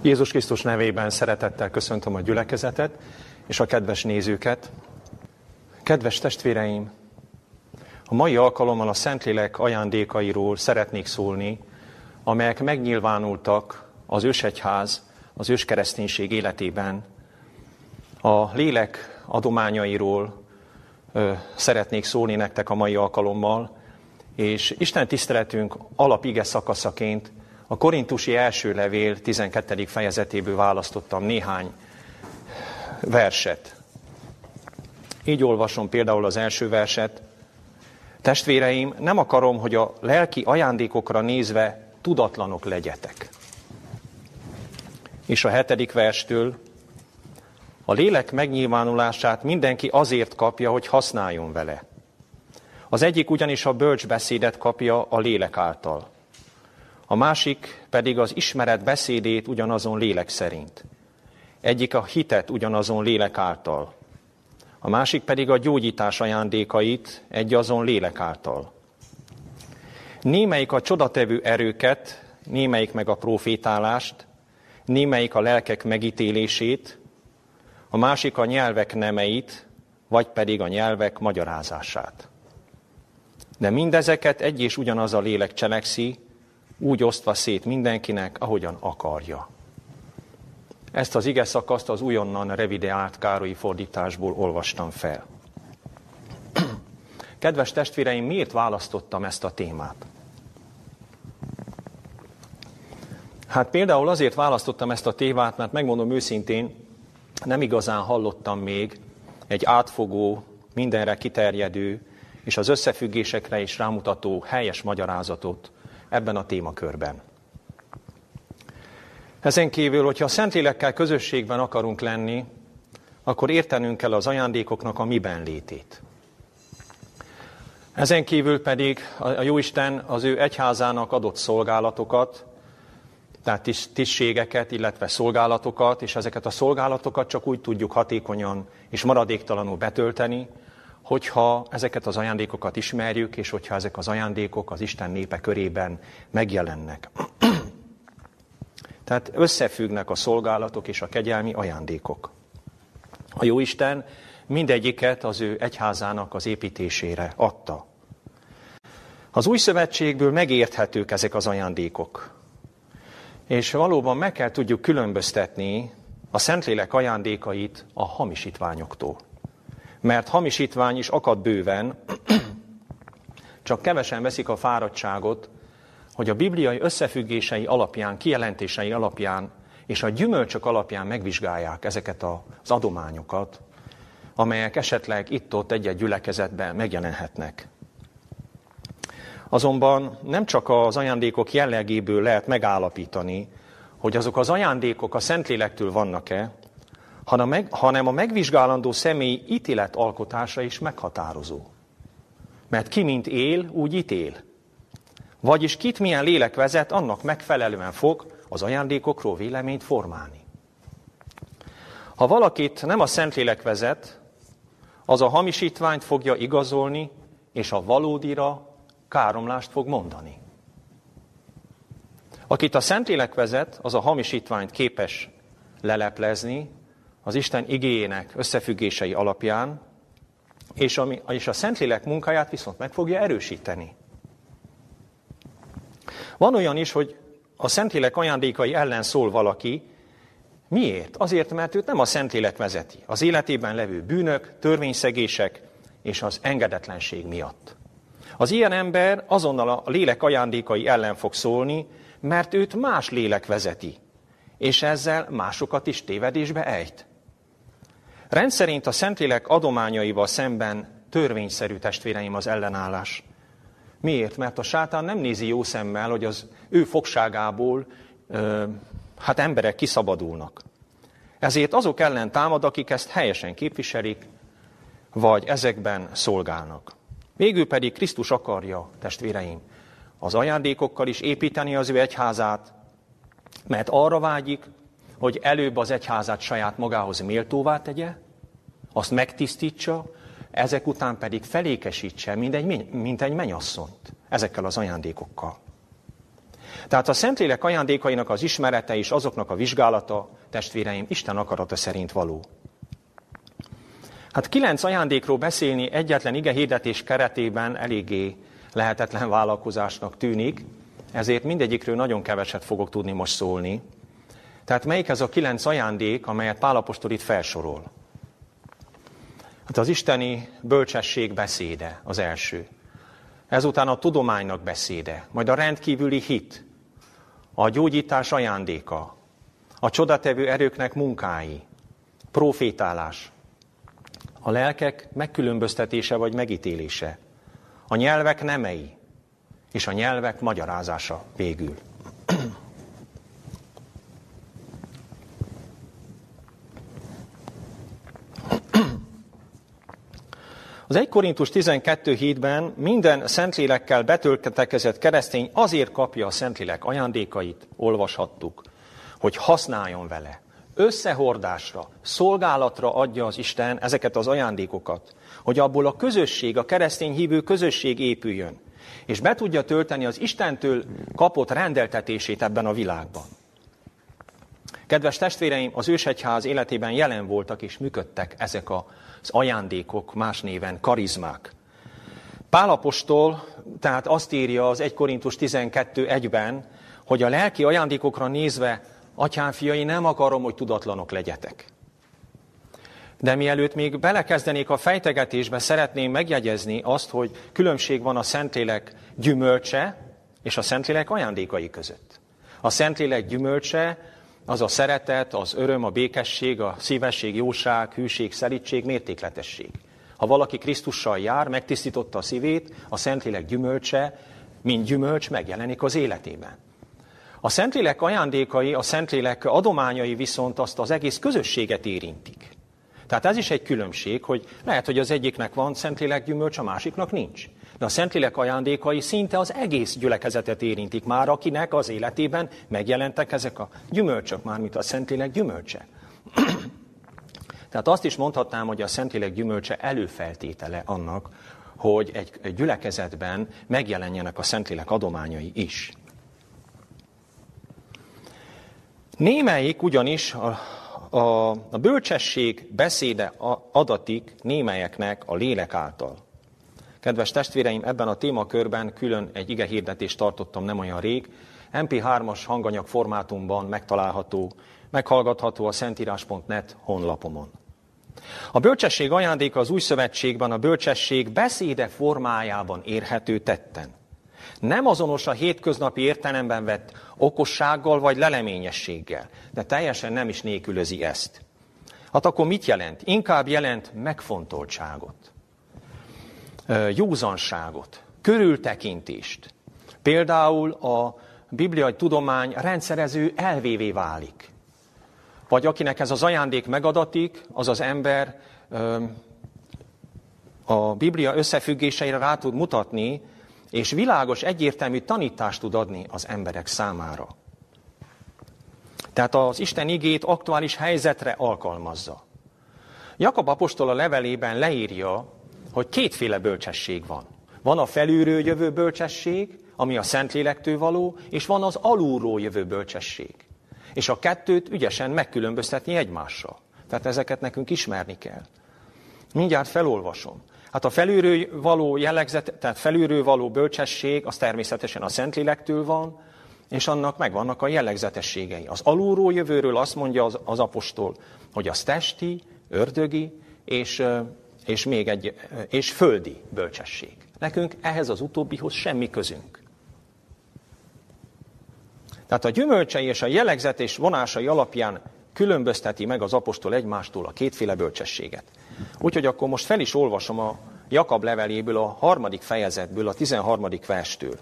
Jézus Krisztus nevében szeretettel köszöntöm a gyülekezetet és a kedves nézőket. Kedves testvéreim, a mai alkalommal a Szentlélek ajándékairól szeretnék szólni, amelyek megnyilvánultak az ősegyház, az őskereszténység életében. A lélek adományairól szeretnék szólni nektek a mai alkalommal, és Isten tiszteletünk alapige szakaszaként a Korintusi első levél 12. fejezetéből választottam néhány verset. Így olvasom például az első verset. Testvéreim, nem akarom, hogy a lelki ajándékokra nézve tudatlanok legyetek. És a 7. verstől, a lélek megnyilvánulását mindenki azért kapja, hogy használjon vele. Az egyik ugyanis a bölcs beszédet kapja a lélek által. A másik pedig az ismeret beszédét ugyanazon lélek szerint. Egyik a hitet ugyanazon lélek által. A másik pedig a gyógyítás ajándékait egyazon lélek által. Némelyik a csodatevő erőket, némelyik meg a profétálást, némelyik a lelkek megítélését, a másik a nyelvek nemeit, vagy pedig a nyelvek magyarázását. De mindezeket egy és ugyanaz a lélek cselekszi, úgy osztva szét mindenkinek, ahogyan akarja. Ezt az ige szakaszt az újonnan revideált Károlyi fordításból olvastam fel. Kedves testvéreim, miért választottam ezt a témát? Hát például azért választottam ezt a témát, mert megmondom őszintén, nem igazán hallottam még egy átfogó, mindenre kiterjedő és az összefüggésekre is rámutató helyes magyarázatot ebben a témakörben. Ezen kívül, hogyha a Szentlélekkel közösségben akarunk lenni, akkor értenünk kell az ajándékoknak a miben létét. Ezen kívül pedig a Jóisten az ő egyházának adott szolgálatokat, tehát tisztségeket, illetve szolgálatokat, és ezeket a szolgálatokat csak úgy tudjuk hatékonyan és maradéktalanul betölteni, hogyha ezeket az ajándékokat ismerjük, és hogyha ezek az ajándékok az Isten népe körében megjelennek. Tehát összefüggnek a szolgálatok és a kegyelmi ajándékok. A Jóisten mindegyiket az ő egyházának az építésére adta. Az új szövetségből megérthetők ezek az ajándékok. És valóban meg kell tudjuk különböztetni a Szentlélek ajándékait a hamisítványoktól. Mert hamisítvány is akad bőven, csak kevesen veszik a fáradtságot, hogy a bibliai összefüggései alapján, kijelentései alapján és a gyümölcsök alapján megvizsgálják ezeket az adományokat, amelyek esetleg itt-ott egy-egy gyülekezetben megjelenhetnek. Azonban nem csak az ajándékok jellegéből lehet megállapítani, hogy azok az ajándékok a Szentlélektől vannak-e, hanem a megvizsgálandó személy ítéletalkotása is meghatározó. Mert ki mint él, úgy ítél. Vagyis kit milyen lélek vezet, annak megfelelően fog az ajándékokról véleményt formálni. Ha valakit nem a Szentlélek vezet, az a hamisítványt fogja igazolni, és a valódira káromlást fog mondani. Akit a Szentlélek vezet, az a hamisítványt képes leleplezni az Isten igéjének összefüggései alapján, és a Szentlélek munkáját viszont meg fogja erősíteni. Van olyan is, hogy a Szentlélek ajándékai ellen szól valaki. Miért? Azért, mert őt nem a Szentlélek vezeti. Az életében levő bűnök, törvényszegések és az engedetlenség miatt. Az ilyen ember azonnal a lélek ajándékai ellen fog szólni, mert őt más lélek vezeti, és ezzel másokat is tévedésbe ejt. Rendszerint a Szentlélek adományaival szemben törvényszerű, testvéreim, az ellenállás. Miért? Mert a sátán nem nézi jó szemmel, hogy az ő fogságából emberek kiszabadulnak. Ezért azok ellen támad, akik ezt helyesen képviselik, vagy ezekben szolgálnak. Végül pedig Krisztus akarja, testvéreim, az ajándékokkal is építeni az ő egyházát, mert arra vágyik, hogy előbb az egyházát saját magához méltóvá tegye, azt megtisztítsa, ezek után pedig felékesítse, mint egy mennyasszonyt ezekkel az ajándékokkal. Tehát a Szentlélek ajándékainak az ismerete és azoknak a vizsgálata, testvéreim, Isten akarata szerint való. Hát 9 ajándékról beszélni egyetlen igehirdetés keretében eléggé lehetetlen vállalkozásnak tűnik, ezért mindegyikről nagyon keveset fogok tudni most szólni. Tehát melyik ez a 9 ajándék, amelyet Pál apostol itt felsorol? Hát az isteni bölcsesség beszéde az első. Ezután a tudománynak beszéde, majd a rendkívüli hit, a gyógyítás ajándéka, a csodatevő erőknek munkái, profétálás, a lelkek megkülönböztetése vagy megítélése, a nyelvek nemei, és a nyelvek magyarázása végül. Az 1 Korintus 12:7-ben minden Szentlélekkel betöltekezett keresztény azért kapja a Szentlélek ajándékait, olvashattuk, hogy használjon vele. Összehordásra, szolgálatra adja az Isten ezeket az ajándékokat, hogy abból a közösség, a keresztény hívő közösség épüljön, és be tudja tölteni az Istentől kapott rendeltetését ebben a világban. Kedves testvéreim, az ősegyház életében jelen voltak és működtek ezek az ajándékok, más néven karizmák. Pál apostol tehát azt írja az 1 Korintus 12:1-ben, hogy a lelki ajándékokra nézve, atyám fiai, nem akarom, hogy tudatlanok legyetek. De mielőtt még belekezdenék a fejtegetésbe, szeretném megjegyezni azt, hogy különbség van a Szentlélek gyümölcse és a Szentlélek ajándékai között. A Szentlélek gyümölcse az a szeretet, az öröm, a békesség, a szívesség, jóság, hűség, szelídség, mértékletesség. Ha valaki Krisztussal jár, megtisztította a szívét, a Szentlélek gyümölcse, mint gyümölcs megjelenik az életében. A Szentlélek ajándékai, a Szentlélek adományai viszont azt az egész közösséget érintik. Tehát ez is egy különbség, hogy lehet, hogy az egyiknek van Szentlélek gyümölcs, a másiknak nincs. De a Szentlélek ajándékai szinte az egész gyülekezetet érintik már, akinek az életében megjelentek ezek a gyümölcsök, mármint a Szentlélek gyümölcse. Tehát azt is mondhatnám, hogy a Szentlélek gyümölcse előfeltétele annak, hogy egy gyülekezetben megjelenjenek a Szentlélek adományai is. Némelyik ugyanis a bölcsesség beszéde adatik némelyeknek a lélek által. Kedves testvéreim, ebben a témakörben külön egy igehirdetést tartottam nem olyan rég. MP3-as hanganyag formátumban megtalálható, meghallgatható a szentírás.net honlapomon. A bölcsesség ajándéka az új szövetségben a bölcsesség beszéde formájában érhető tetten. Nem azonos a hétköznapi értelemben vett okossággal vagy leleményességgel, de teljesen nem is nélkülözi ezt. Hát akkor mit jelent? Inkább jelent megfontoltságot, józanságot, körültekintést. Például a bibliai tudomány rendszerező elvévé válik. Vagy akinek ez az ajándék megadatik, az az ember a Biblia összefüggéseire rá tud mutatni, és világos, egyértelmű tanítást tud adni az emberek számára. Tehát az Isten igét aktuális helyzetre alkalmazza. Jakab apostol a levelében leírja, hogy kétféle bölcsesség van. Van a felülről jövő bölcsesség, ami a Szentlélektől való, és van az alulról jövő bölcsesség. És a kettőt ügyesen megkülönböztetni egymással. Tehát ezeket nekünk ismerni kell. Mindjárt felolvasom. Hát a felülről való jellegzet, tehát felülről való bölcsesség, az természetesen a Szentlélektől van, és annak megvannak a jellegzetességei. Az alulról jövőről azt mondja az apostol, hogy az testi, ördögi és földi bölcsesség. Nekünk ehhez az utóbbihoz semmi közünk. Tehát a gyümölcsei és a jellegzetes vonásai alapján különbözteti meg az apostol egymástól a kétféle bölcsességet. Úgyhogy akkor most fel is olvasom a Jakab leveléből, a 3. fejezetből, a 13. verstől.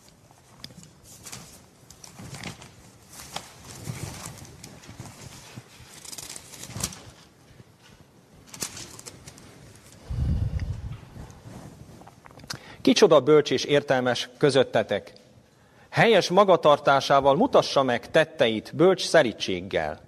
Kicsoda bölcs és értelmes közöttetek? Helyes magatartásával mutassa meg tetteit bölcs szerítséggel.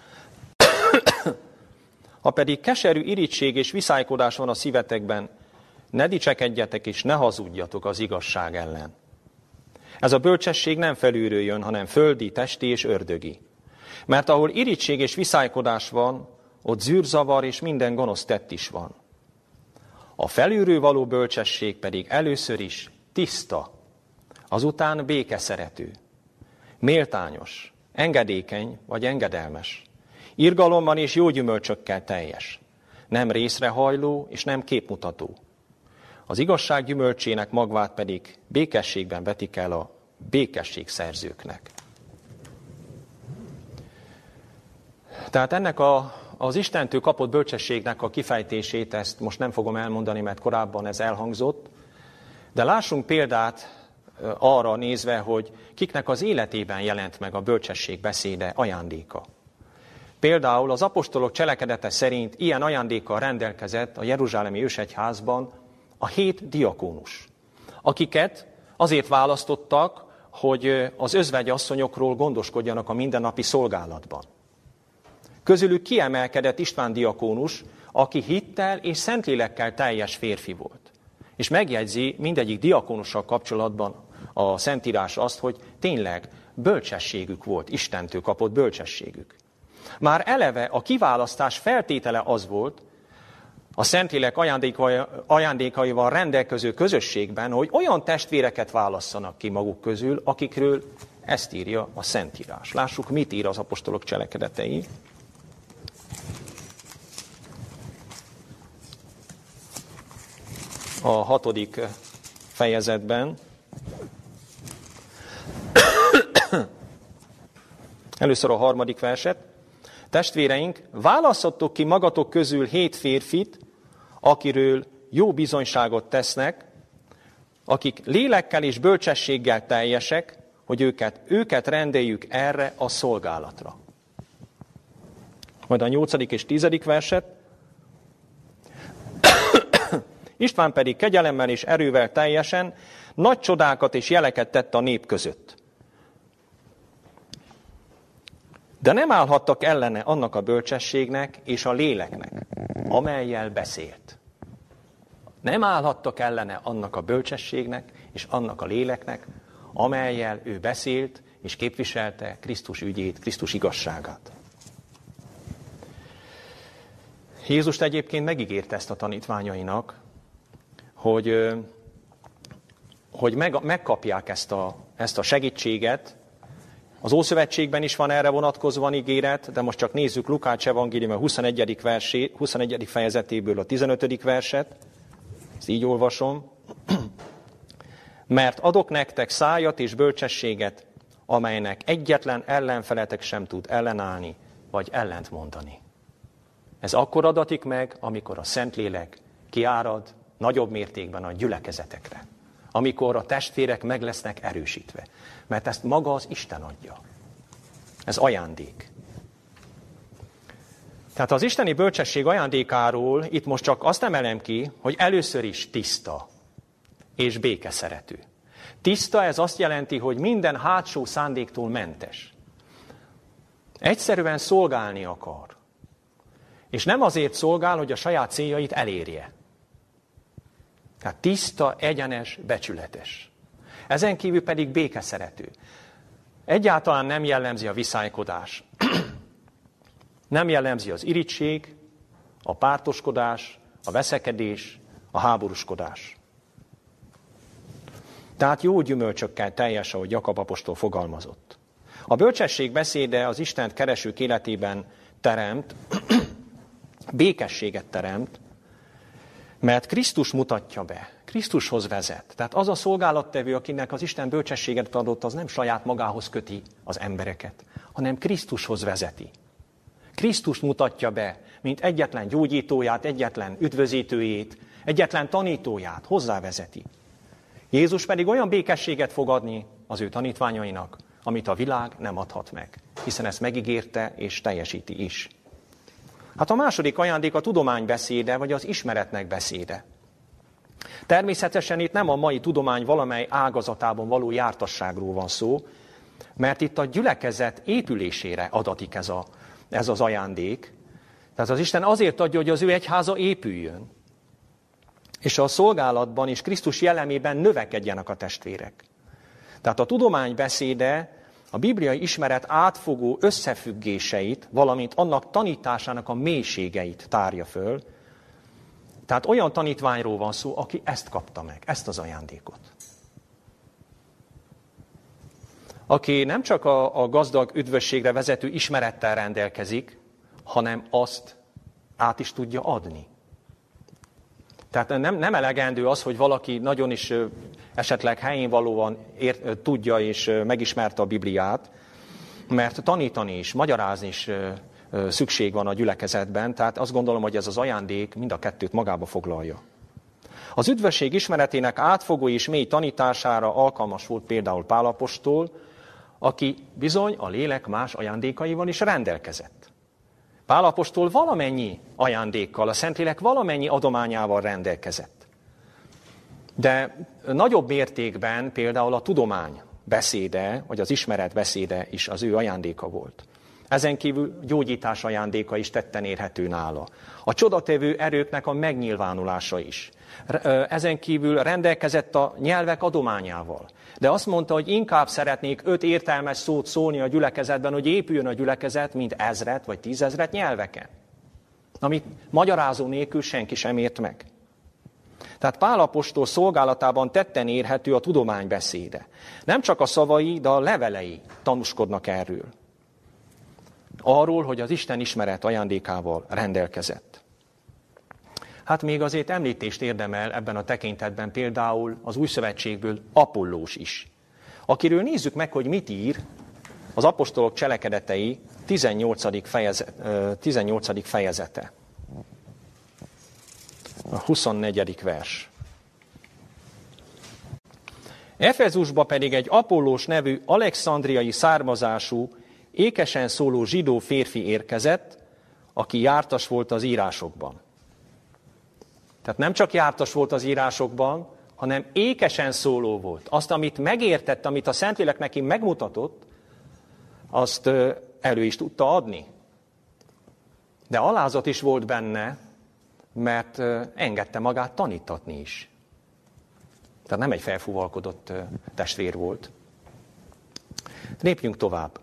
Ha pedig keserű irigység és viszálykodás van a szívetekben, ne dicsekedjetek és ne hazudjatok az igazság ellen. Ez a bölcsesség nem felülről jön, hanem földi, testi és ördögi. Mert ahol irigység és viszálykodás van, ott zűrzavar és minden gonosz tett is van. A felülről való bölcsesség pedig először is tiszta, azután békeszerető, méltányos, engedékeny vagy engedelmes, irgalomban és jó gyümölcsökkel teljes, nem részrehajló és nem képmutató. Az igazság gyümölcsének magvát pedig békességben vetik el a békességszerzőknek. Tehát ennek az Istentől kapott bölcsességnek a kifejtését, ezt most nem fogom elmondani, mert korábban ez elhangzott, de lássunk példát arra nézve, hogy kiknek az életében jelent meg a bölcsesség beszéde, ajándéka. Például az apostolok cselekedete szerint ilyen ajándékkal rendelkezett a jeruzsálemi ősegyházban a 7 diakónus, akiket azért választottak, hogy az özvegyasszonyokról gondoskodjanak a mindennapi szolgálatban. Közülük kiemelkedett István diakónus, aki hittel és szentlélekkel teljes férfi volt. És megjegyzi mindegyik diakónussal kapcsolatban a Szentírás azt, hogy tényleg bölcsességük volt, Istentől kapott bölcsességük. Már eleve a kiválasztás feltétele az volt, a Szentlélek ajándékaival rendelkező közösségben, hogy olyan testvéreket válasszanak ki maguk közül, akikről ezt írja a Szentírás. Lássuk, mit ír az apostolok cselekedetei. A 6. fejezetben. Először a 3. verset. Testvéreink, válasszatok ki magatok közül 7 férfit, akiről jó bizonyságot tesznek, akik lélekkel és bölcsességgel teljesek, hogy őket rendeljük erre a szolgálatra. Majd a 8. és 10. verset. István pedig kegyelemmel és erővel teljesen nagy csodákat és jeleket tett a nép között. De nem állhattak ellene annak a bölcsességnek és a léleknek, amellyel beszélt. Nem állhattak ellene annak a bölcsességnek és annak a léleknek, amellyel ő beszélt és képviselte Krisztus ügyét, Krisztus igazságát. Jézus egyébként megígérte ezt a tanítványainak, hogy megkapják ezt a segítséget. Az Ószövetségben is van erre vonatkozóan ígéret, de most csak nézzük Lukács evangélium a 21. fejezetéből a 15. verset. Ezt így olvasom. Mert adok nektek szájat és bölcsességet, amelynek egyetlen ellenfeletek sem tud ellenállni, vagy ellent mondani. Ez akkor adatik meg, amikor a Szentlélek kiárad nagyobb mértékben a gyülekezetekre. Amikor a testvérek meg lesznek erősítve. Mert ezt maga az Isten adja. Ez ajándék. Tehát az isteni bölcsesség ajándékáról itt most csak azt emelem ki, hogy először is tiszta és békeszerető. Tiszta, ez azt jelenti, hogy minden hátsó szándéktól mentes. Egyszerűen szolgálni akar. És nem azért szolgál, hogy a saját céljait elérje. Tehát tiszta, egyenes, becsületes. Ezen kívül pedig békeszerető. Egyáltalán nem jellemzi a viszálykodás. Nem jellemzi az irigység, a pártoskodás, a veszekedés, a háborúskodás. Tehát jó gyümölcsökkel teljes, ahogy Jakab apostol fogalmazott. A bölcsesség beszéde az Istent keresők életében teremt, békességet teremt, mert Krisztus mutatja be, Krisztushoz vezet. Tehát az a szolgálattevő, akinek az Isten bölcsességet adott, az nem saját magához köti az embereket, hanem Krisztushoz vezeti. Krisztust mutatja be, mint egyetlen gyógyítóját, egyetlen üdvözítőjét, egyetlen tanítóját hozzávezeti. Jézus pedig olyan békességet fog adni az ő tanítványainak, amit a világ nem adhat meg, hiszen ezt megígérte és teljesíti is. Hát a második ajándék a tudomány beszéde, vagy az ismeretnek beszéde. Természetesen itt nem a mai tudomány valamely ágazatában való jártasságról van szó, mert itt a gyülekezet épülésére adatik ez az ajándék. Tehát az Isten azért adja, hogy az ő egyháza épüljön. És a szolgálatban és Krisztus jellemében növekedjenek a testvérek. Tehát a tudomány beszéde a bibliai ismeret átfogó összefüggéseit, valamint annak tanításának a mélységeit tárja föl. Tehát olyan tanítványról van szó, aki ezt kapta meg, ezt az ajándékot. Aki nem csak a gazdag üdvösségre vezető ismerettel rendelkezik, hanem azt át is tudja adni. Tehát nem elegendő az, hogy valaki nagyon is esetleg helyén valóan tudja és megismerte a Bibliát, mert tanítani is, magyarázni is szükség van a gyülekezetben, tehát azt gondolom, hogy ez az ajándék mind a kettőt magába foglalja. Az üdvösség ismeretének átfogó és mély tanítására alkalmas volt például Pál apostol, aki bizony a lélek más ajándékaival is rendelkezett. Pál apostol valamennyi ajándékkal, a Szentlélek valamennyi adományával rendelkezett. De nagyobb mértékben például a tudomány beszéde, vagy az ismeret beszéde is az ő ajándéka volt. Ezen kívül gyógyítás ajándéka is tetten érhető nála. A csodatevő erőknek a megnyilvánulása is. Ezen kívül rendelkezett a nyelvek adományával. De azt mondta, hogy inkább szeretnék 5 értelmes szót szólni a gyülekezetben, hogy épüljön a gyülekezet, mint 1000 vagy 10 000 nyelveken. Amit magyarázó nélkül senki sem ért meg. Tehát Pál apostol szolgálatában tetten érhető a tudomány beszéde. Nem csak a szavai, de a levelei tanúskodnak erről. Arról, hogy az Isten ismeret ajándékával rendelkezett. Hát még azért említést érdemel ebben a tekintetben például az Új Szövetségből Apollós is. Akiről nézzük meg, hogy mit ír az apostolok cselekedetei 18. fejezete. A 24. vers. Efezusba pedig egy Apollós nevű alexandriai származású, ékesen szóló zsidó férfi érkezett, aki jártas volt az írásokban. Tehát nem csak jártas volt az írásokban, hanem ékesen szóló volt. Azt, amit megértett, amit a Szentlélek neki megmutatott, azt elő is tudta adni. De alázat is volt benne, mert engedte magát tanítatni is. Tehát nem egy felfúvalkodott testvér volt. Lépjünk tovább.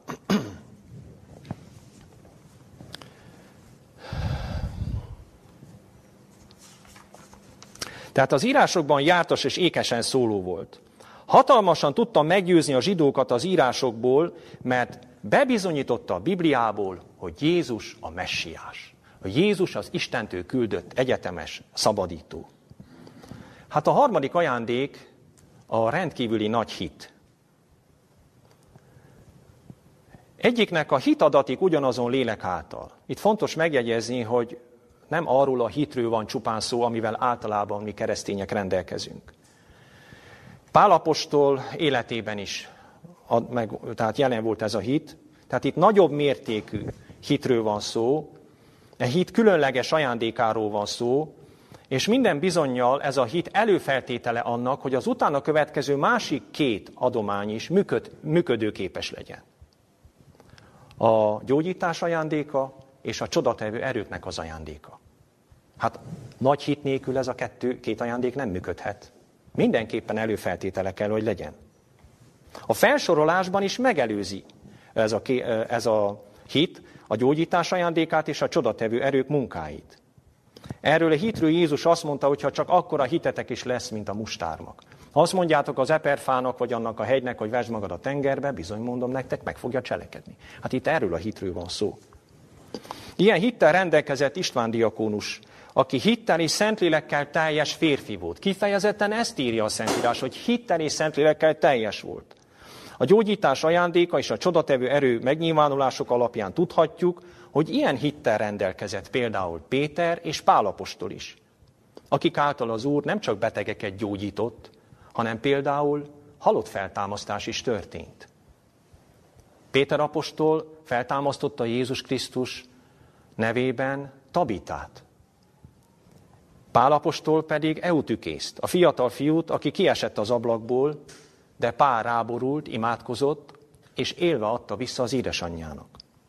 Tehát az írásokban jártas és ékesen szóló volt. Hatalmasan tudta meggyőzni a zsidókat az írásokból, mert bebizonyította a Bibliából, hogy Jézus a messiás. Hogy Jézus az Istentől küldött egyetemes szabadító. Hát a harmadik ajándék a rendkívüli nagy hit. Egyiknek a hit adatik ugyanazon lélek által. Itt fontos megjegyezni, hogy nem arról a hitről van csupán szó, amivel általában mi keresztények rendelkezünk. Pál apostol életében is tehát jelen volt ez a hit. Tehát itt nagyobb mértékű hitről van szó, a hit különleges ajándékáról van szó, és minden bizonnyal ez a hit előfeltétele annak, hogy az utána következő másik 2 adomány is működőképes legyen. A gyógyítás ajándéka és a csodatevő erőknek az ajándéka. Hát nagy hit nélkül ez a két ajándék nem működhet. Mindenképpen előfeltétele kell, hogy legyen. A felsorolásban is megelőzi ez a hit a gyógyítás ajándékát és a csodatevő erők munkáit. Erről a hitről Jézus azt mondta, hogy ha csak akkora hitetek is lesz, mint a mustármak. Ha azt mondjátok az eperfának, vagy annak a hegynek, hogy vesd magad a tengerbe, bizony mondom nektek, meg fogja cselekedni. Hát itt erről a hitről van szó. Ilyen hittel rendelkezett István diakónus, aki hittel és szentlélekkel teljes férfi volt. Kifejezetten ezt írja a Szentírás, hogy hittel és szentlélekkel teljes volt. A gyógyítás ajándéka és a csodatevő erő megnyilvánulások alapján tudhatjuk, hogy ilyen hittel rendelkezett például Péter és Pál apostol is, akik által az Úr nem csak betegeket gyógyított, hanem például halott feltámasztás is történt. Péter apostol feltámasztotta Jézus Krisztus nevében Tabitát. Pál apostol pedig Eutükészt, a fiatal fiút, aki kiesett az ablakból, de Pál ráborult, imádkozott, és élve adta vissza az édesanyjának.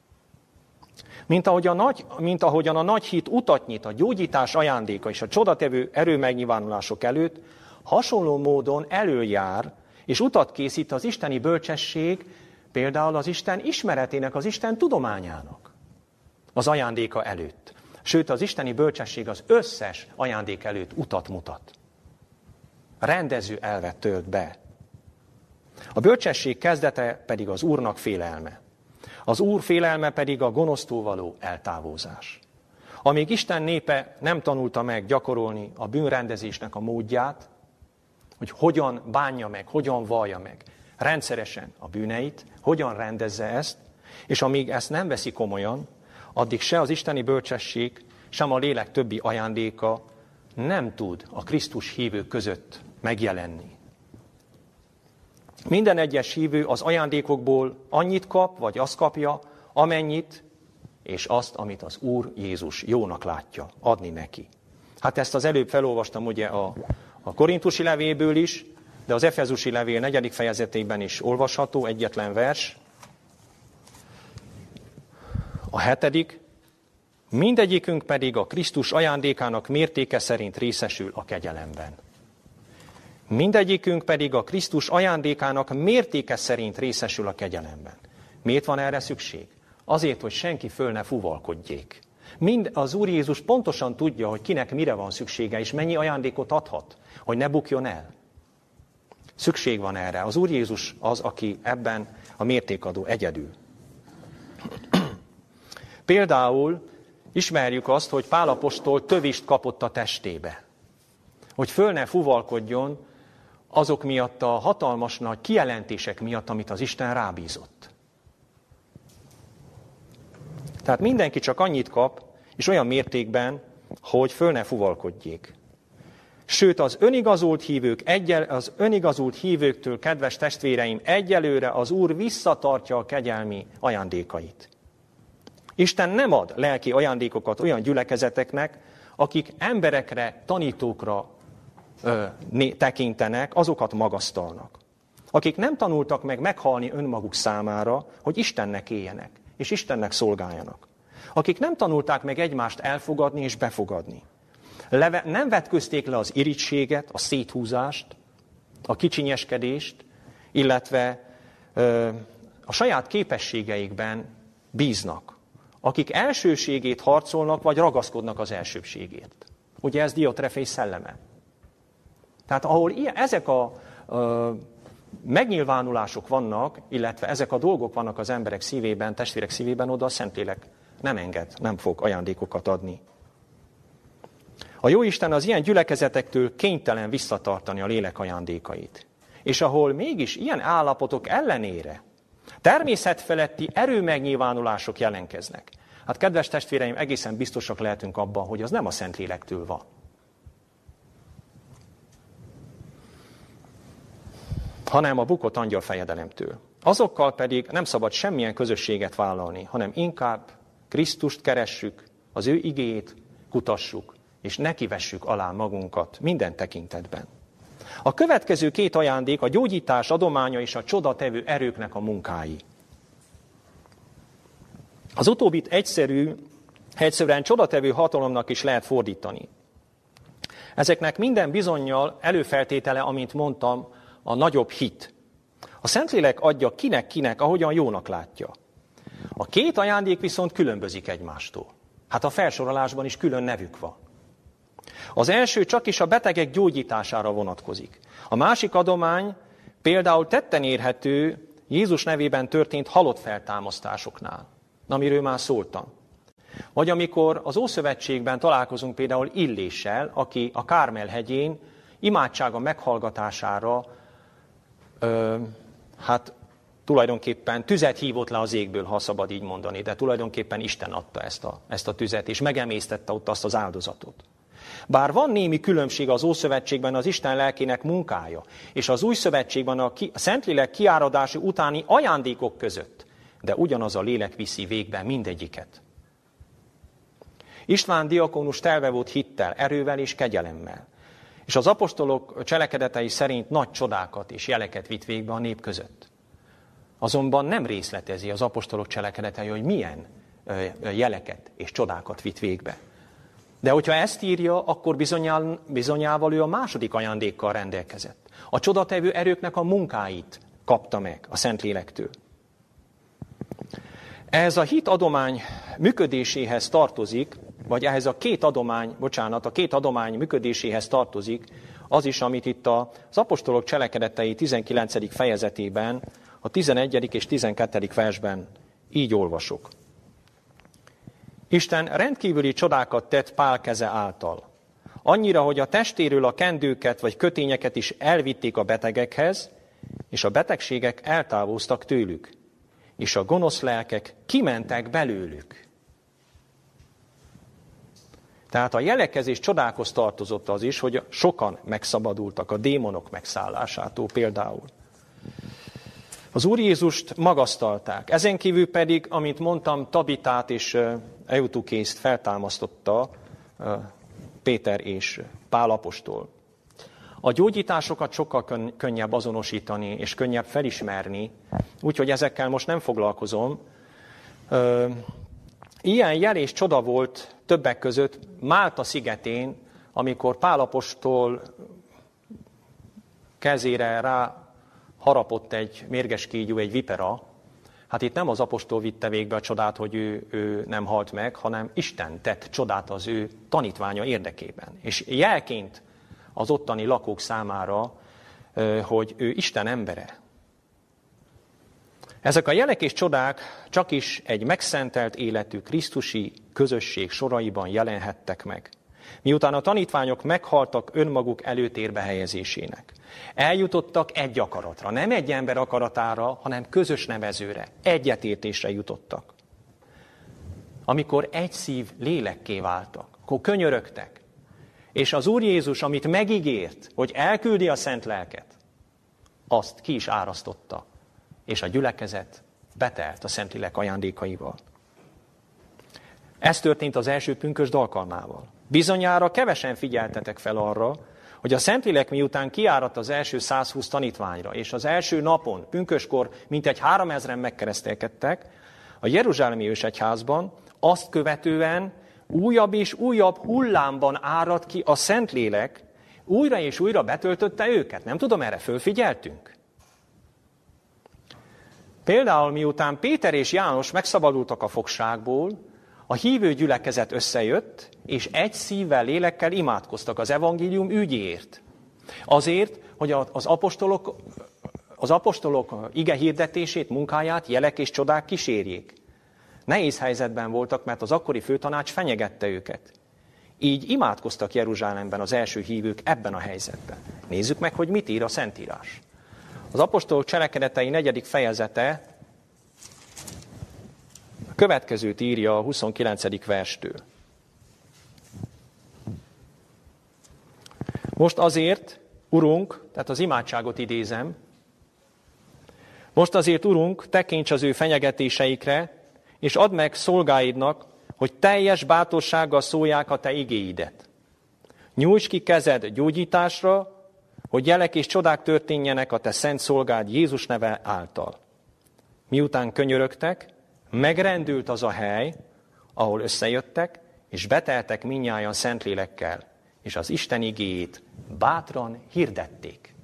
Mint ahogyan a nagy hit utat nyit a gyógyítás ajándéka és a csodatevő erőmegnyilvánulások előtt, hasonló módon előjár És utat készít az isteni bölcsesség, például az Isten ismeretének, az Isten tudományának az ajándéka előtt. Sőt, az isteni bölcsesség az összes ajándék előtt utat mutat. Rendező elvet tölt be. A bölcsesség kezdete pedig az Úrnak félelme. Az Úr félelme pedig a gonosztól való eltávozás. Amíg Isten népe nem tanulta meg gyakorolni a bűnrendezésnek a módját, hogy hogyan bánja meg, hogyan vallja meg rendszeresen a bűneit, hogyan rendezze ezt, és amíg ezt nem veszi komolyan, addig se az isteni bölcsesség, sem a lélek többi ajándéka nem tud a Krisztus hívők között megjelenni. Minden egyes hívő az ajándékokból annyit kap, vagy azt kapja, amennyit, és azt, amit az Úr Jézus jónak látja adni neki. Hát ezt az előbb felolvastam ugye a korintusi levélből is, de az efezusi levél 4. fejezetében is olvasható, egyetlen vers. A 7. Mindegyikünk pedig a Krisztus ajándékának mértéke szerint részesül a kegyelemben. Mindegyikünk pedig a Krisztus ajándékának mértéke szerint részesül a kegyelemben. Miért van erre szükség? Azért, hogy senki föl ne fuvalkodjék. Az Úr Jézus pontosan tudja, hogy kinek mire van szüksége, és mennyi ajándékot adhat, hogy ne bukjon el. Szükség van erre. Az Úr Jézus az, aki ebben a mértékadó egyedül. Például ismerjük azt, hogy Pál apostol tövist kapott a testébe. Hogy föl ne fuvalkodjon azok miatt a hatalmas nagy kijelentések miatt, amit az Isten rábízott. Tehát mindenki csak annyit kap, és olyan mértékben, hogy föl ne fuvalkodjék. Sőt, az önigazult hívőktől, kedves testvéreim, egyelőre az Úr visszatartja a kegyelmi ajándékait. Isten nem ad lelki ajándékokat olyan gyülekezeteknek, akik emberekre, tanítókra tekintenek, azokat magasztalnak. Akik nem tanultak meg meghalni önmaguk számára, hogy Istennek éljenek, és Istennek szolgáljanak. Akik nem tanulták meg egymást elfogadni és befogadni. Nem vetközték le az irigységet, a széthúzást, a kicsinyeskedést, illetve a saját képességeikben bíznak. Akik elsőségét harcolnak, vagy ragaszkodnak az elsőbségét. Ugye ez Diotrefés szelleme. Tehát ahol ezek a megnyilvánulások vannak, illetve ezek a dolgok vannak az emberek szívében, testvérek szívében, oda a Szentlélek nem enged, nem fog ajándékokat adni. A Jóisten az ilyen gyülekezetektől kénytelen visszatartani a lélek ajándékait. És ahol mégis ilyen állapotok ellenére természetfeletti erőmegnyilvánulások jelenkeznek. Hát kedves testvéreim, egészen biztosak lehetünk abban, hogy az nem a Szentlélektől van. Hanem a bukott angyal fejedelemtől. Azokkal pedig nem szabad semmilyen közösséget vállalni, hanem inkább Krisztust keressük, az ő igéjét kutassuk, és nekivessük alá magunkat minden tekintetben. A következő két ajándék a gyógyítás adománya és a csodatevő erőknek a munkái. Az utóbbit egyszerűen csodatevő hatalomnak is lehet fordítani. Ezeknek minden bizonnyal előfeltétele, amint mondtam, a nagyobb hit. A Szentlélek adja kinek, ahogyan jónak látja. A két ajándék viszont különbözik egymástól. Hát a felsorolásban is külön nevük van. Az első csak is a betegek gyógyítására vonatkozik. A másik adomány például tetten érhető Jézus nevében történt halott feltámasztásoknál, amiről már szóltam. Vagy amikor az Ószövetségben találkozunk például Illéssel, aki a Kármel-hegyén imádsága meghallgatására tulajdonképpen tüzet hívott le az égből, ha szabad így mondani, de tulajdonképpen Isten adta ezt a tüzet, és megemésztette ott azt az áldozatot. Bár van némi különbség az Ószövetségben az Isten lelkének munkája, és az Új Szövetségben a Szentlélek kiáradása utáni ajándékok között, de ugyanaz a lélek viszi végbe mindegyiket. István diakónus telve volt hittel, erővel és kegyelemmel, és az apostolok cselekedetei szerint nagy csodákat és jeleket vitt végbe a nép között. Azonban nem részletezi az apostolok cselekedetei, hogy milyen jeleket és csodákat vitt végbe. De hogyha ezt írja, akkor bizonyával ő a második ajándékkal rendelkezett. A csodatevő erőknek a munkáit kapta meg a Szentlélektől. Ehhez a hitadomány működéséhez tartozik, vagy ehhez a két adomány működéséhez tartozik az is, amit itt az apostolok cselekedetei 19. fejezetében, a 11. és 12. versben így olvasok. Isten rendkívüli csodákat tett Pál keze által. Annyira, hogy a testéről a kendőket vagy kötényeket is elvitték a betegekhez, és a betegségek eltávoztak tőlük, és a gonosz lelkek kimentek belőlük. Tehát a jelekezés csodákhoz tartozott az is, hogy sokan megszabadultak a démonok megszállásától például. Az Úr Jézust magasztalták. Ezen kívül pedig, amint mondtam, Tabitát és Eutukészt feltámasztotta Péter és Pál apostol. A gyógyításokat sokkal könnyebb azonosítani és könnyebb felismerni, úgyhogy ezekkel most nem foglalkozom. Ilyen jel és csoda volt többek között Málta szigetén, amikor Pál apostol kezére rá harapott egy mérges kígyó, egy vipera. Hát itt nem az apostol vitte végbe a csodát, hogy ő nem halt meg, hanem Isten tett csodát az ő tanítványa érdekében. És jelként az ottani lakók számára, hogy ő Isten embere. Ezek a jelek és csodák csak is egy megszentelt életű krisztusi közösség soraiban jelenhettek meg. Miután a tanítványok meghaltak önmaguk előtérbe helyezésének. Eljutottak egy akaratra, nem egy ember akaratára, hanem közös nevezőre, egyetértésre jutottak. Amikor egy szív lélekké váltak, akkor könyörögtek. És az Úr Jézus, amit megígért, hogy elküldi a szent lelket, azt ki is árasztotta, és a gyülekezet betelt a Szentlélek ajándékaival. Ez történt az első pünkösd alkalmával. Bizonyára kevesen figyeltetek fel arra, hogy a Szentlélek miután kiáradt az első 120 tanítványra, és az első napon, pünköskor mintegy 3000-en megkeresztelkedtek, a jeruzsálemi ősegyházban, azt követően újabb és újabb hullámban árad ki a Szentlélek, újra és újra betöltötte őket. Nem tudom, erre fölfigyeltünk? Például miután Péter és János megszabadultak a fogságból, a hívő gyülekezet összejött, és egy szívvel, lélekkel imádkoztak az evangélium ügyéért. Azért, hogy az apostolok ige hirdetését, munkáját jelek és csodák kísérjék. Nehéz helyzetben voltak, mert az akkori főtanács fenyegette őket. Így imádkoztak Jeruzsálemben az első hívők ebben a helyzetben. Nézzük meg, hogy mit ír a Szentírás. Az apostolok cselekedetei 4. fejezete a következőt írja a 29. verstől. Most azért, Urunk, tehát az imádságot idézem, most azért, Urunk, tekints az ő fenyegetéseikre, és add meg szolgáidnak, hogy teljes bátorsággal szólják a te igéidet. Nyújts ki kezed gyógyításra, hogy jelek és csodák történjenek a te szent szolgád Jézus neve által. Miután könyörögtek, megrendült az a hely, ahol összejöttek, és beteltek mindnyájan Szentlélekkel, és az Isten igéjét bátran hirdették.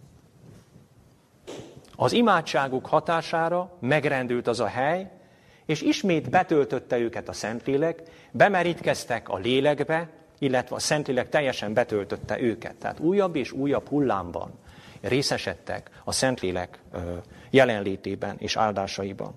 Az imádságuk hatására megrendült az a hely, és ismét betöltötte őket a Szentlélek, bemerítkeztek a lélekbe, illetve a Szentlélek teljesen betöltötte őket. Tehát újabb és újabb hullámban részesedtek a Szentlélek jelenlétében és áldásaiban.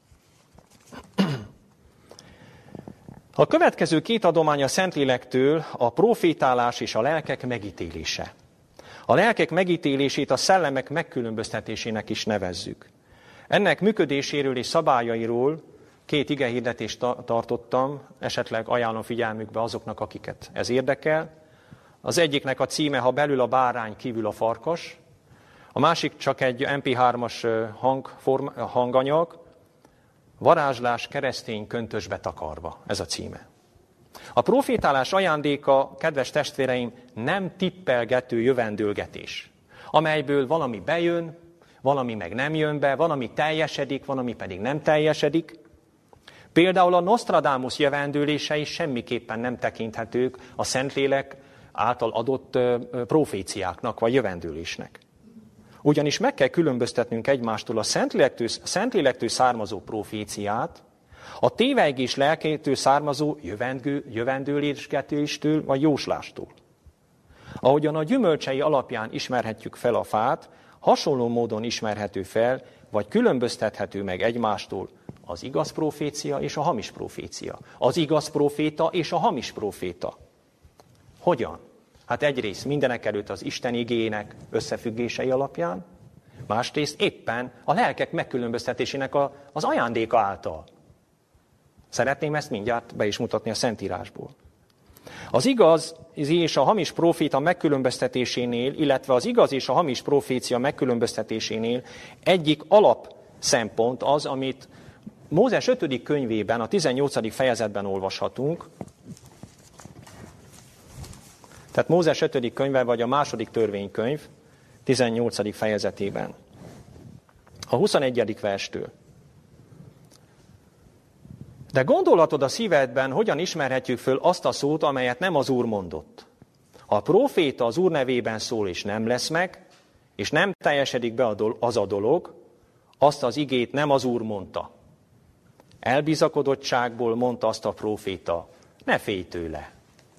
A következő két adomány a Szentlélektől a profétálás és a lelkek megítélése. A lelkek megítélését a szellemek megkülönböztetésének is nevezzük. Ennek működéséről és szabályairól 2 igehirdetést tartottam, esetleg ajánlom figyelmükbe azoknak, akiket ez érdekel. Az egyiknek a címe, ha belül a bárány, kívül a farkas. A másik csak egy MP3-as hanganyag, varázslás keresztény köntösbe takarva, ez a címe. A profétálás ajándéka, kedves testvéreim, nem tippelgető jövendőlgetés, amelyből valami bejön, valami meg nem jön be, valami teljesedik, valami pedig nem teljesedik. Például a Nostradamus jövendőlései semmiképpen nem tekinthetők a Szentlélek által adott proféciáknak vagy jövendőlésnek. Ugyanis meg kell különböztetnünk egymástól a Szentlélektől származó proféciát, a tévegés lelkétől származó jövendőlésgetéstől vagy jóslástól. Ahogyan a gyümölcsei alapján ismerhetjük fel a fát, hasonló módon ismerhető fel, vagy különböztethető meg egymástól az igaz profécia és a hamis profécia. Az igaz proféta és a hamis proféta. Hogyan? Hát egyrészt mindenekelőtt az Isten igéjének összefüggései alapján, másrészt éppen a lelkek megkülönböztetésének az ajándéka által. Szeretném ezt mindjárt be is mutatni a Szentírásból. Az igaz és a hamis proféta megkülönböztetésénél, illetve az igaz és a hamis profécia megkülönböztetésénél egyik alapszempont az, amit Mózes 5. könyvében, a 18. fejezetben olvashatunk. Tehát Mózes 5. könyve, vagy a második törvénykönyv 18. fejezetében. A 21. verstől. De gondolhatod a szívedben, hogyan ismerhetjük föl azt a szót, amelyet nem az Úr mondott. Ha a próféta az Úr nevében szól, és nem lesz meg, és nem teljesedik be az a dolog, azt az igét nem az Úr mondta. Elbizakodottságból mondta azt a próféta, ne félj tőle.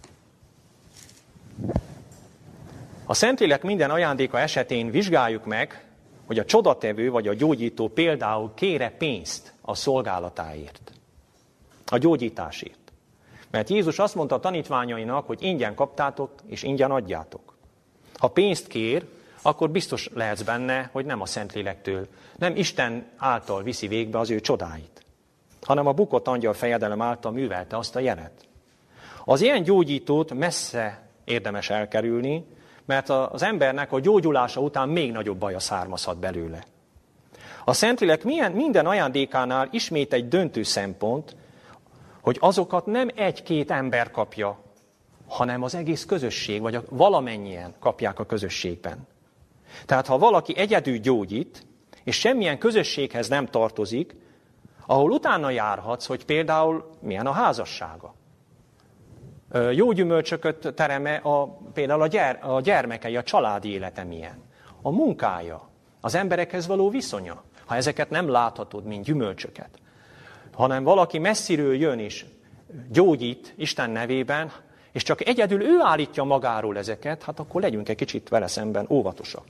A Szentlélek minden ajándéka esetén vizsgáljuk meg, hogy a csodatevő vagy a gyógyító például kére pénzt a szolgálatáért, a gyógyításért. Mert Jézus azt mondta a tanítványainak, hogy ingyen kaptátok és ingyen adjátok. Ha pénzt kér, akkor biztos lehetsz benne, hogy nem a Szentlélektől, nem Isten által viszi végbe az ő csodáit, hanem a bukott angyal fejedelem által művelte azt a jelet. Az ilyen gyógyítót messze érdemes elkerülni, mert az embernek a gyógyulása után még nagyobb baja származhat belőle. A Szentlélek minden ajándékánál ismét egy döntő szempont, hogy azokat nem egy-két ember kapja, hanem az egész közösség, vagy valamennyien kapják a közösségben. Tehát ha valaki egyedül gyógyít, és semmilyen közösséghez nem tartozik, ahol utána járhatsz, hogy például milyen a házassága. Jó gyümölcsöket tereme például a gyermekei, a családi élete milyen. A munkája, az emberekhez való viszonya. Ha ezeket nem láthatod, mint gyümölcsöket, hanem valaki messziről jön és gyógyít Isten nevében, és csak egyedül ő állítja magáról ezeket, hát akkor legyünk egy kicsit vele szemben óvatosak.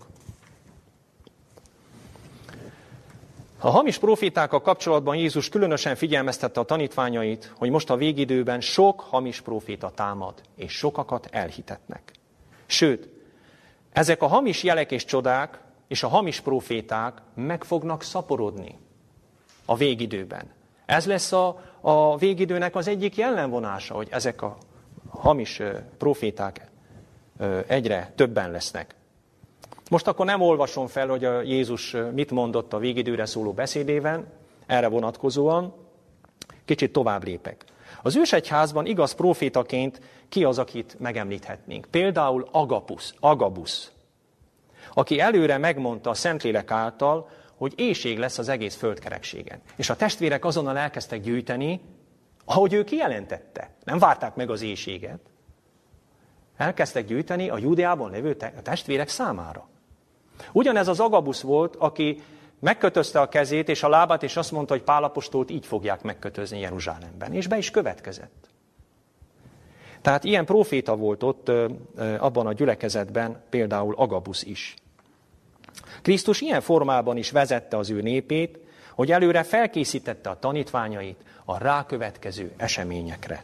A hamis profétákkal kapcsolatban Jézus különösen figyelmeztette a tanítványait, hogy most a végidőben sok hamis proféta támad, és sokakat elhitetnek. Sőt, ezek a hamis jelek és csodák, és a hamis proféták meg fognak szaporodni a végidőben. Ez lesz a végidőnek az egyik jellemvonása, hogy ezek a hamis proféták egyre többen lesznek. Most akkor nem olvasom fel, hogy a Jézus mit mondott a végidőre szóló beszédében, erre vonatkozóan, kicsit tovább lépek. Az ősegyházban igaz profétaként ki az, akit megemlíthetnénk? Például Agabusz, aki előre megmondta a Szentlélek által, hogy éhség lesz az egész földkerekségen. És a testvérek azonnal elkezdtek gyűjteni, ahogy ő kijelentette. Nem várták meg az éhséget. Elkezdtek gyűjteni a Júdeában lévő testvérek számára. Ugyanez az Agabusz volt, aki megkötözte a kezét és a lábát, és azt mondta, hogy Pál apostolt így fogják megkötözni Jeruzsálemben. És be is következett. Tehát ilyen próféta volt ott abban a gyülekezetben, például Agabusz is. Krisztus ilyen formában is vezette az ő népét, hogy előre felkészítette a tanítványait a rákövetkező eseményekre.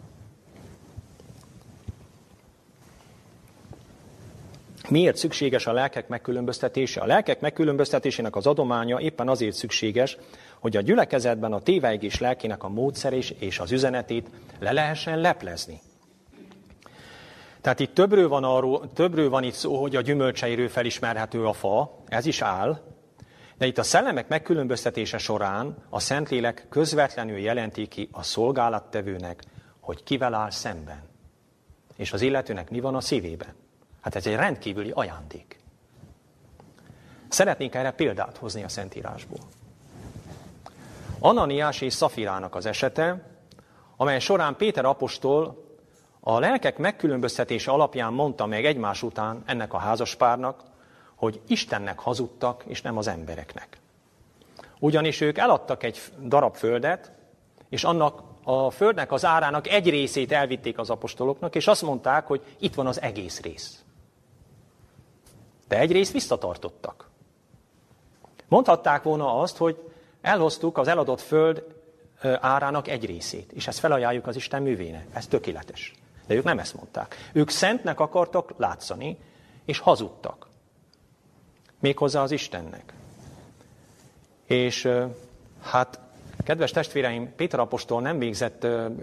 Miért szükséges a lelkek megkülönböztetése? A lelkek megkülönböztetésének az adománya éppen azért szükséges, hogy a gyülekezetben a tévejgés lelkének a módszer és az üzenetét le lehessen leplezni. Tehát itt többről van itt szó, hogy a gyümölcseiről felismerhető a fa, ez is áll, de itt a szellemek megkülönböztetése során a Szentlélek közvetlenül jelenti ki a szolgálattevőnek, hogy kivel áll szemben, és az illetőnek mi van a szívében. Hát ez egy rendkívüli ajándék. Szeretnénk erre példát hozni a Szentírásból. Ananiás és Szafirának az esete, amely során Péter apostol a lelkek megkülönböztetése alapján mondta meg egymás után ennek a házaspárnak, hogy Istennek hazudtak, és nem az embereknek. Ugyanis ők eladtak egy darab földet, és annak a földnek az árának egy részét elvitték az apostoloknak, és azt mondták, hogy itt van az egész rész. De egy részt visszatartottak. Mondhatták volna azt, hogy elhoztuk az eladott föld árának egy részét, és ezt felajánljuk az Isten művének. Ez tökéletes. De ők nem ezt mondták. Ők szentnek akartak látszani, és hazudtak. Méghozzá az Istennek. És hát, kedves testvéreim, Péter apostol nem végzett,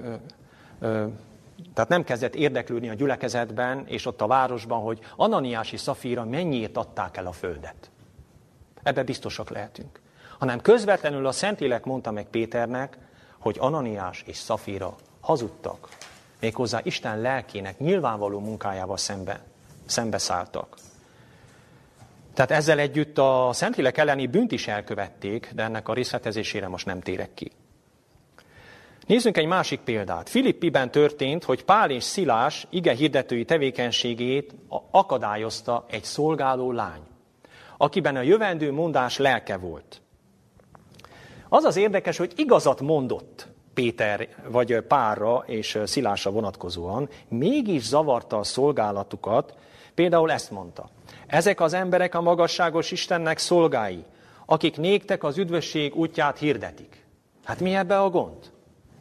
tehát nem kezdett érdeklődni a gyülekezetben, és ott a városban, hogy Ananiás és Szafira mennyiért adták el a földet. Ebben biztosak lehetünk. Hanem közvetlenül a Szentlélek mondta meg Péternek, hogy Ananiás és Szafira hazudtak. Méghozzá Isten lelkének nyilvánvaló munkájával szembeszálltak. Tehát ezzel együtt a Szentlélek elleni bűnt is elkövették, de ennek a részletezésére most nem térek ki. Nézzünk egy másik példát. Filippiben történt, hogy Pál és Szilás igehirdetői tevékenységét akadályozta egy szolgáló lány, akiben a jövendő mondás lelke volt. Az az érdekes, hogy igazat mondott Péter vagy Pálra és Szilásra vonatkozóan, mégis zavarta a szolgálatukat. Például ezt mondta: ezek az emberek a magasságos Istennek szolgái, akik néktek az üdvösség útját hirdetik. Hát mi ebbe a gond?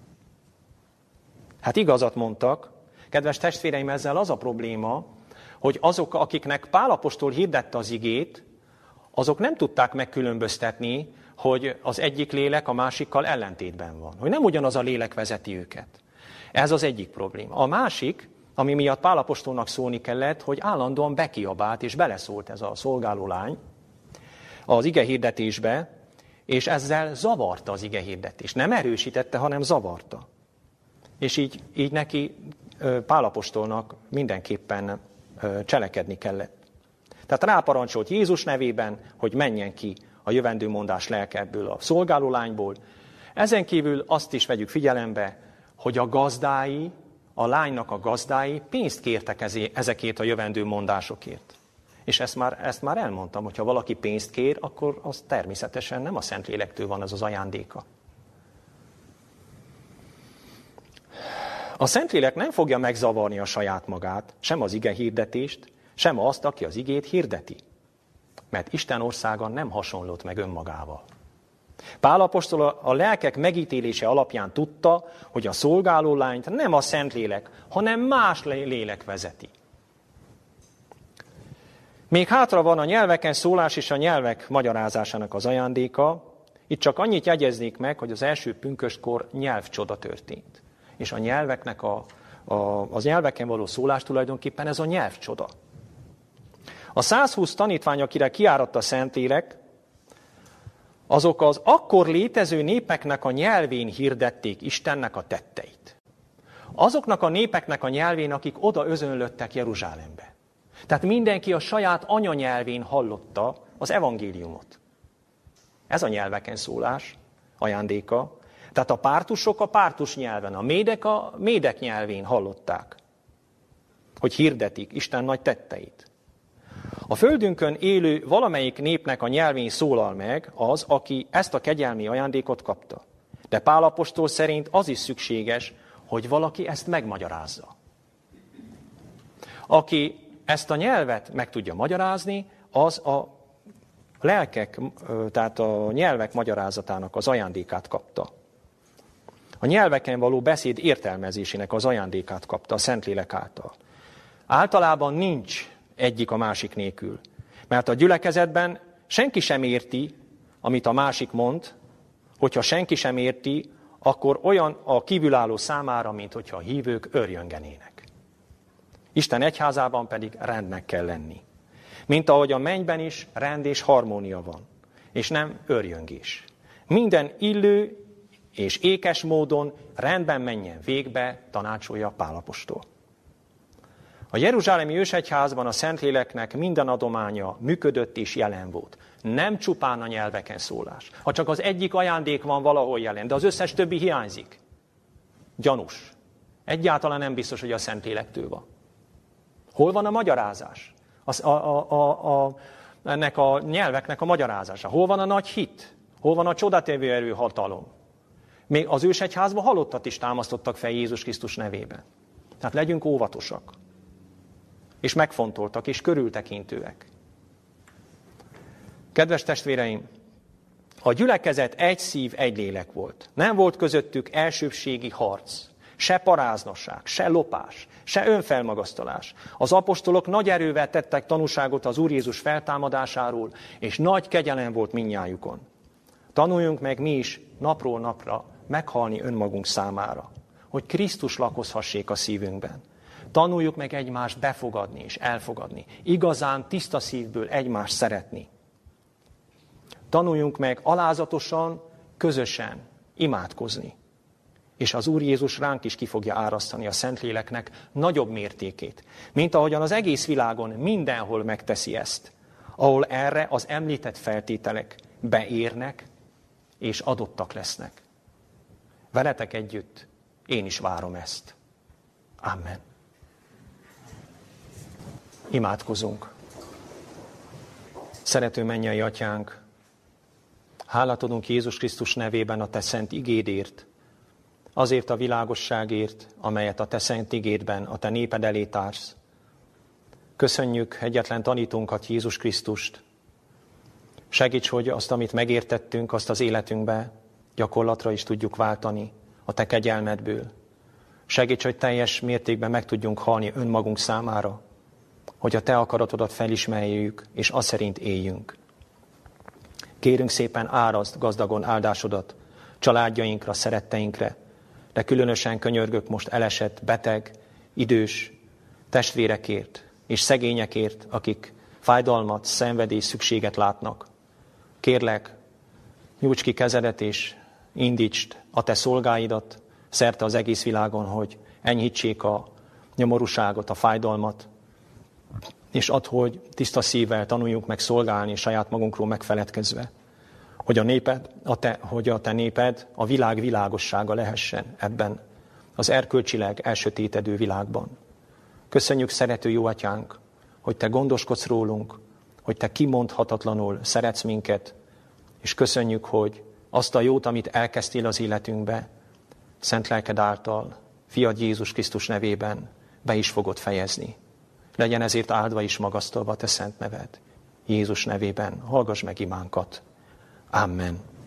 Hát igazat mondtak. Kedves testvéreim, ezzel az a probléma, hogy azok, akiknek Pál apostol hirdette az igét, azok nem tudták megkülönböztetni, hogy az egyik lélek a másikkal ellentétben van. Hogy nem ugyanaz a lélek vezeti őket. Ez az egyik probléma. A másik, ami miatt Pál apostolnak szólni kellett, hogy állandóan bekiabált és beleszólt ez a szolgáló lány az igehirdetésbe, és ezzel zavarta az igehirdetést. Nem erősítette, hanem zavarta. És így neki Pál apostolnak mindenképpen cselekedni kellett. Tehát ráparancsolt Jézus nevében, hogy menjen ki a jövendőmondás lelke ebből a szolgáló lányból. Ezen kívül azt is vegyük figyelembe, hogy a gazdái, a lánynak a gazdái pénzt kértek ezekért a jövendőmondásokért. És ezt már elmondtam, hogyha valaki pénzt kér, akkor az természetesen nem a Szentlélektől van ez az ajándéka. A Szentlélek nem fogja megzavarni a saját magát, sem az ige hirdetést, sem azt, aki az igét hirdeti. Mert Isten országa nem hasonlott meg önmagával. Pál apostol a lelkek megítélése alapján tudta, hogy a szolgáló lányt nem a Szentlélek, hanem más lélek vezeti. Még hátra van a nyelveken szólás és a nyelvek magyarázásának az ajándéka. Itt csak annyit jegyeznék meg, hogy az első pünköstkor nyelvcsoda történt. És a nyelveknek az nyelveken való szólás tulajdonképpen ez a nyelvcsoda. A 120 tanítvány, akire kiáradt a Szentlélek, azok az akkor létező népeknek a nyelvén hirdették Istennek a tetteit. Azoknak a népeknek a nyelvén, akik oda özönlöttek Jeruzsálembe. Tehát mindenki a saját anyanyelvén hallotta az evangéliumot. Ez a nyelveken szólás ajándéka. Tehát a pártusok a pártus nyelven, a médek nyelvén hallották, hogy hirdetik Isten nagy tetteit. A földünkön élő valamelyik népnek a nyelvén szólal meg az, aki ezt a kegyelmi ajándékot kapta. De Pál apostol szerint az is szükséges, hogy valaki ezt megmagyarázza. Aki ezt a nyelvet meg tudja magyarázni, az a lelkek, tehát a nyelvek magyarázatának az ajándékát kapta. A nyelveken való beszéd értelmezésének az ajándékát kapta a Szentlélek által. Általában nincs egyik a másik nélkül. Mert a gyülekezetben senki sem érti, amit a másik mond, hogyha senki sem érti, akkor olyan a kívülálló számára, mint hogyha a hívők örjöngenének. Isten egyházában pedig rendnek kell lenni. Mint ahogy a mennyben is rend és harmónia van, és nem örjöngés. Minden illő és ékes módon rendben menjen végbe, tanácsolja Pál apostol. A jeruzsálemi ősegyházban a Szentléleknek minden adománya működött és jelen volt. Nem csupán a nyelveken szólás. Ha csak az egyik ajándék van valahol jelen, de az összes többi hiányzik. Gyanús. Egyáltalán nem biztos, hogy a Szentlélektől van. Hol van a magyarázás? Ennek a nyelveknek a magyarázása. Hol van a nagy hit? Hol van a csodatevő erő, hatalom? Még az ősegyházban halottat is támasztottak fel Jézus Krisztus nevében. Tehát legyünk óvatosak. És megfontoltak, és körültekintőek. Kedves testvéreim, a gyülekezet egy szív, egy lélek volt. Nem volt közöttük elsőbbségi harc, se paráznosság, se lopás, se önfelmagasztalás. Az apostolok nagy erővel tettek tanúságot az Úr Jézus feltámadásáról, és nagy kegyelem volt mindnyájukon. Tanuljunk meg mi is napról napra meghalni önmagunk számára, hogy Krisztus lakozhassék a szívünkben. Tanuljuk meg egymást befogadni és elfogadni. Igazán tiszta szívből egymást szeretni. Tanuljunk meg alázatosan, közösen imádkozni. És az Úr Jézus ránk is ki fogja árasztani a Szentléleknek nagyobb mértékét, mint ahogyan az egész világon mindenhol megteszi ezt, ahol erre az említett feltételek beérnek és adottak lesznek. Veletek együtt én is várom ezt. Amen. Imádkozunk. Szerető mennyei Atyánk, hálát adunk Jézus Krisztus nevében a Te szent igédért, azért a világosságért, amelyet a Te szent igédben a Te néped elé társz. Köszönjük egyetlen tanítónkat, Jézus Krisztust. Segíts, hogy azt, amit megértettünk, azt az életünkbe gyakorlatra is tudjuk váltani a Te kegyelmedből. Segíts, hogy teljes mértékben meg tudjunk halni önmagunk számára, hogy a Te akaratodat felismerjük, és azt szerint éljünk. Kérünk szépen, áraszd gazdagon áldásodat családjainkra, szeretteinkre, de különösen könyörgök most elesett, beteg, idős testvérekért és szegényekért, akik fájdalmat, szenvedés, szükséget látnak. Kérlek, nyújts ki kezedet és indítsd a Te szolgáidat szerte az egész világon, hogy enyhítsék a nyomorúságot, a fájdalmat, és add, hogy tiszta szívvel tanuljunk meg szolgálni saját magunkról megfeledkezve, hogy a te néped a világ világossága lehessen ebben az erkölcsileg elsötétedő világban. Köszönjük, szerető jó Atyánk, hogy Te gondoskodsz rólunk, hogy Te kimondhatatlanul szeretsz minket, és köszönjük, hogy azt a jót, amit elkezdtél az életünkbe, szent lelked által, fiad Jézus Krisztus nevében be is fogod fejezni. Legyen ezért áldva is magasztalva Te szent neved. Jézus nevében hallgass meg imánkat. Amen.